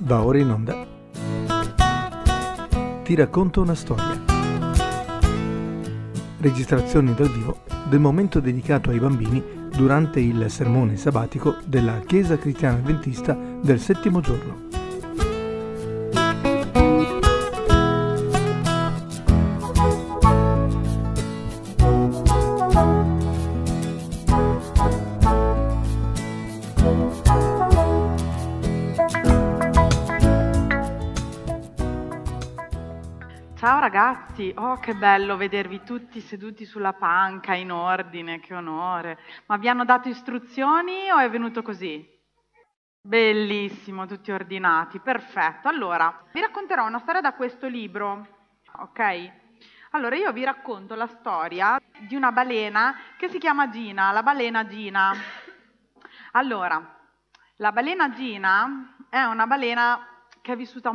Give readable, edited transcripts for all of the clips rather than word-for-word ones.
Va ora in onda. Ti racconto una storia. Registrazioni dal vivo del momento dedicato ai bambini durante il sermone sabbatico della Chiesa Cristiana Adventista del Settimo Giorno. Ciao ragazzi, oh che bello vedervi tutti seduti sulla panca in ordine, che onore. Ma vi hanno dato istruzioni o è venuto così? Bellissimo, tutti ordinati, perfetto. Allora, vi racconterò una storia da questo libro, ok? Allora, io vi racconto la storia di una balena che si chiama Gina, la balena Gina. Allora, la balena Gina è una balena che è vissuta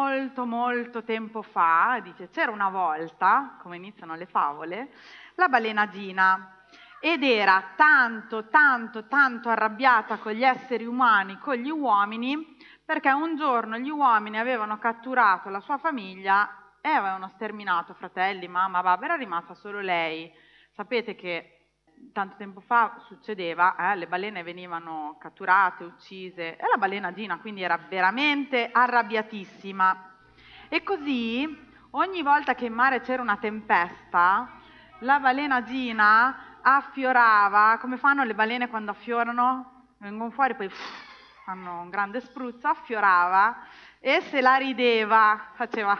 molto tempo fa. Dice: c'era una volta, come iniziano le favole, la balena Gina, ed era tanto arrabbiata con gli esseri umani, con gli uomini, perché un giorno gli uomini avevano catturato la sua famiglia e avevano sterminato fratelli, mamma, papà, era rimasta solo lei. Sapete che tanto tempo fa succedeva, le balene venivano catturate, uccise, e la balena Gina quindi era veramente arrabbiatissima. E così, ogni volta che in mare c'era una tempesta, la balena Gina affiorava, come fanno le balene quando affiorano? Vengono fuori, poi fanno un grande spruzzo, affiorava e se la rideva, faceva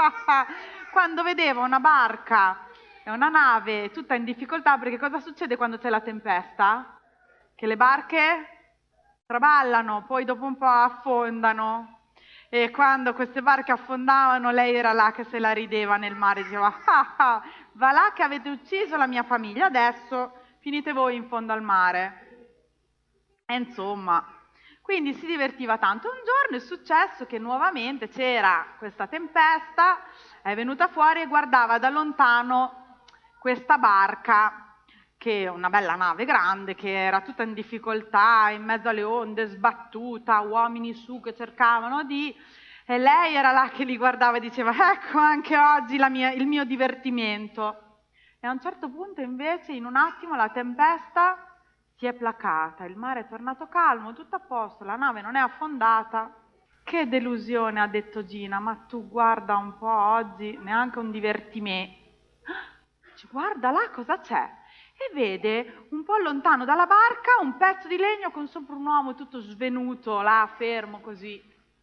quando vedeva una barca è una nave tutta in difficoltà, perché cosa succede quando c'è la tempesta? Che le barche traballano, poi dopo un po' affondano. E quando queste barche affondavano, lei era là che se la rideva nel mare, diceva: va là che avete ucciso la mia famiglia, adesso finite voi in fondo al mare. E insomma, quindi si divertiva tanto. Un giorno è successo che nuovamente c'era questa tempesta, è venuta fuori e guardava da lontano questa barca, che è una bella nave grande, che era tutta in difficoltà, in mezzo alle onde, sbattuta, uomini su che cercavano di... E lei era là che li guardava e diceva: ecco anche oggi il mio divertimento. E a un certo punto invece, in un attimo, la tempesta si è placata, il mare è tornato calmo, tutto a posto, la nave non è affondata. Che delusione, ha detto Gina, ma tu guarda un po' oggi, neanche un divertimento. Guarda là cosa c'è, e vede un po' lontano dalla barca un pezzo di legno con sopra un uomo tutto svenuto là, fermo così.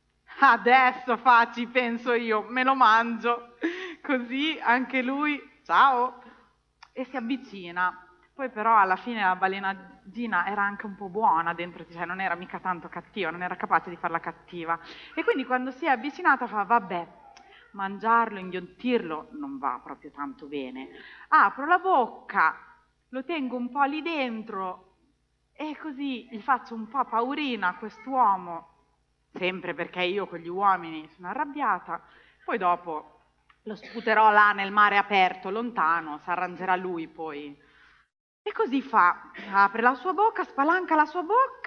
Adesso ci penso io, me lo mangio, così anche lui, ciao, e si avvicina. Poi però alla fine la balena Gina era anche un po' buona dentro, cioè non era mica tanto cattiva, non era capace di farla cattiva, e quindi quando si è avvicinata fa: vabbè, mangiarlo, inghiottirlo non va proprio tanto bene. Apro la bocca, lo tengo un po' lì dentro e così gli faccio un po' paurina a quest'uomo, sempre perché io con gli uomini sono arrabbiata. Poi dopo lo sputerò là nel mare aperto, lontano, si arrangerà lui poi. E così fa, apre la sua bocca, spalanca la sua bocca,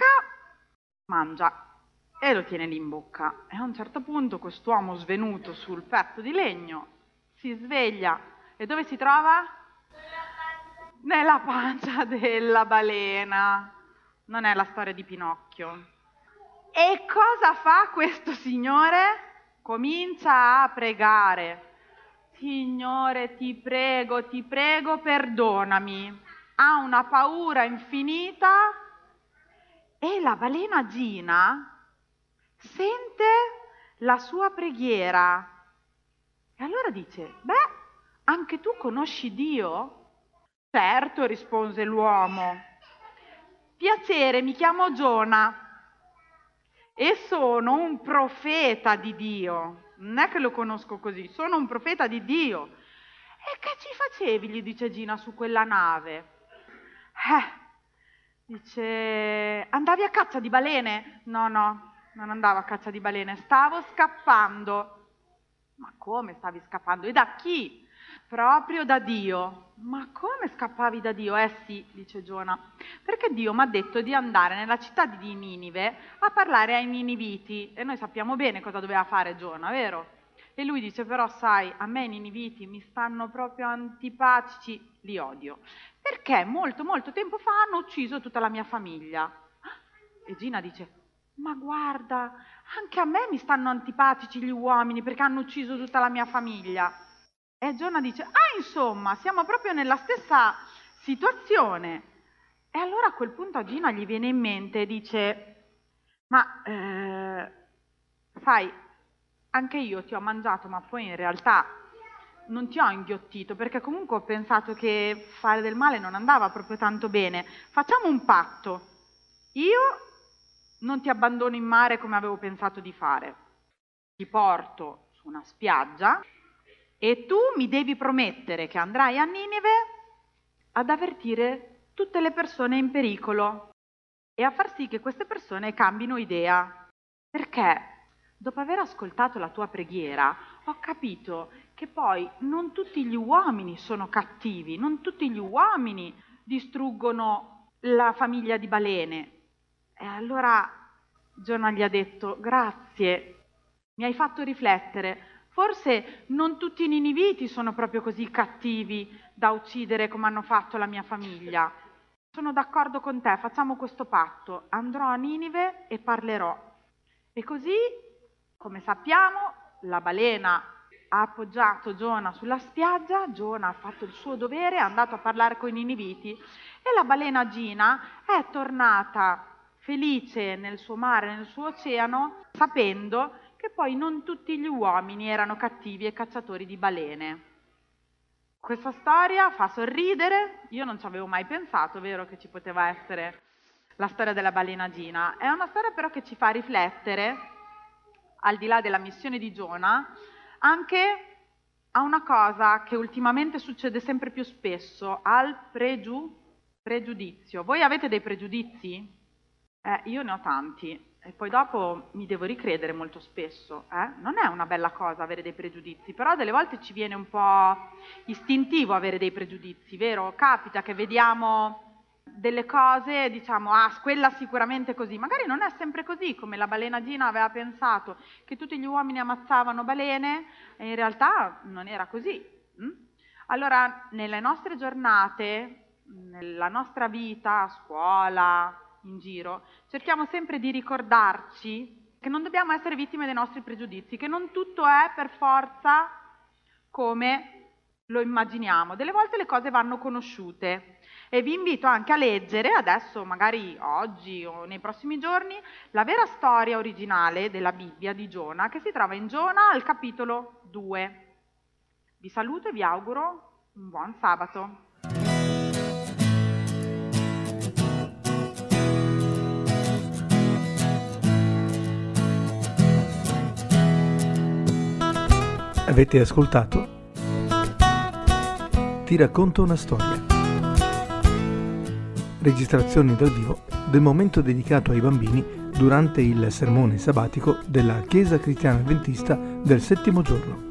mangia e lo tiene lì in bocca. E a un certo punto quest'uomo svenuto sul pezzo di legno si sveglia e dove si trova? Nella pancia della balena. Non è la storia di Pinocchio. E cosa fa questo signore? Comincia a pregare: Signore, ti prego, perdonami. Ha una paura infinita, e la balena Gina sente la sua preghiera e allora dice: beh, anche tu conosci Dio? Certo, rispose l'uomo. Piacere, mi chiamo Giona e sono un profeta di Dio. Non è che lo conosco così, sono un profeta di Dio. E che ci facevi, gli dice Gina, su quella nave? Dice: andavi a caccia di balene? No, non andavo a caccia di balene, stavo scappando. Ma come stavi scappando? E da chi? Proprio da Dio. Ma come scappavi da Dio? Sì, dice Giona, perché Dio mi ha detto di andare nella città di Ninive a parlare ai niniviti. E noi sappiamo bene cosa doveva fare Giona, vero? E lui dice, però sai, a me i niniviti mi stanno proprio antipatici, li odio, perché molto molto tempo fa hanno ucciso tutta la mia famiglia. E Gina dice, ma guarda, anche a me mi stanno antipatici gli uomini perché hanno ucciso tutta la mia famiglia. E Giona dice, insomma, siamo proprio nella stessa situazione. E allora a quel punto a Gina gli viene in mente e dice, ma sai, anche io ti ho mangiato, ma poi in realtà non ti ho inghiottito, perché comunque ho pensato che fare del male non andava proprio tanto bene. Facciamo un patto. Io non ti abbandono in mare come avevo pensato di fare. Ti porto su una spiaggia e tu mi devi promettere che andrai a Ninive ad avvertire tutte le persone in pericolo e a far sì che queste persone cambino idea. Perché dopo aver ascoltato la tua preghiera ho capito che poi non tutti gli uomini sono cattivi, non tutti gli uomini distruggono la famiglia di balene. E allora Giona gli ha detto, grazie, mi hai fatto riflettere. Forse non tutti i niniviti sono proprio così cattivi da uccidere come hanno fatto la mia famiglia. Sono d'accordo con te, facciamo questo patto. Andrò a Ninive e parlerò. E così, come sappiamo, la balena ha appoggiato Giona sulla spiaggia, Giona ha fatto il suo dovere, è andato a parlare con i niniviti e la balena Gina è tornata felice nel suo mare, nel suo oceano, sapendo che poi non tutti gli uomini erano cattivi e cacciatori di balene. Questa storia fa sorridere, io non ci avevo mai pensato, vero, che ci poteva essere la storia della balena Gina. È una storia però che ci fa riflettere, al di là della missione di Giona, anche a una cosa che ultimamente succede sempre più spesso, al pregiudizio. Voi avete dei pregiudizi? Io ne ho tanti. E poi dopo mi devo ricredere molto spesso. Non è una bella cosa avere dei pregiudizi, però delle volte ci viene un po' istintivo avere dei pregiudizi, vero? Capita che vediamo delle cose e diciamo, quella sicuramente così. Magari non è sempre così, come la balena Gina aveva pensato che tutti gli uomini ammazzavano balene, e in realtà non era così. Allora, nelle nostre giornate, nella nostra vita, a scuola, in giro, cerchiamo sempre di ricordarci che non dobbiamo essere vittime dei nostri pregiudizi, che non tutto è per forza come lo immaginiamo. Delle volte le cose vanno conosciute e vi invito anche a leggere, adesso magari oggi o nei prossimi giorni, la vera storia originale della Bibbia di Giona, che si trova in Giona al capitolo 2. Vi saluto e vi auguro un buon sabato. Avete ascoltato? Ti racconto una storia. Registrazioni dal vivo del momento dedicato ai bambini durante il sermone sabbatico della Chiesa Cristiana Adventista del Settimo Giorno.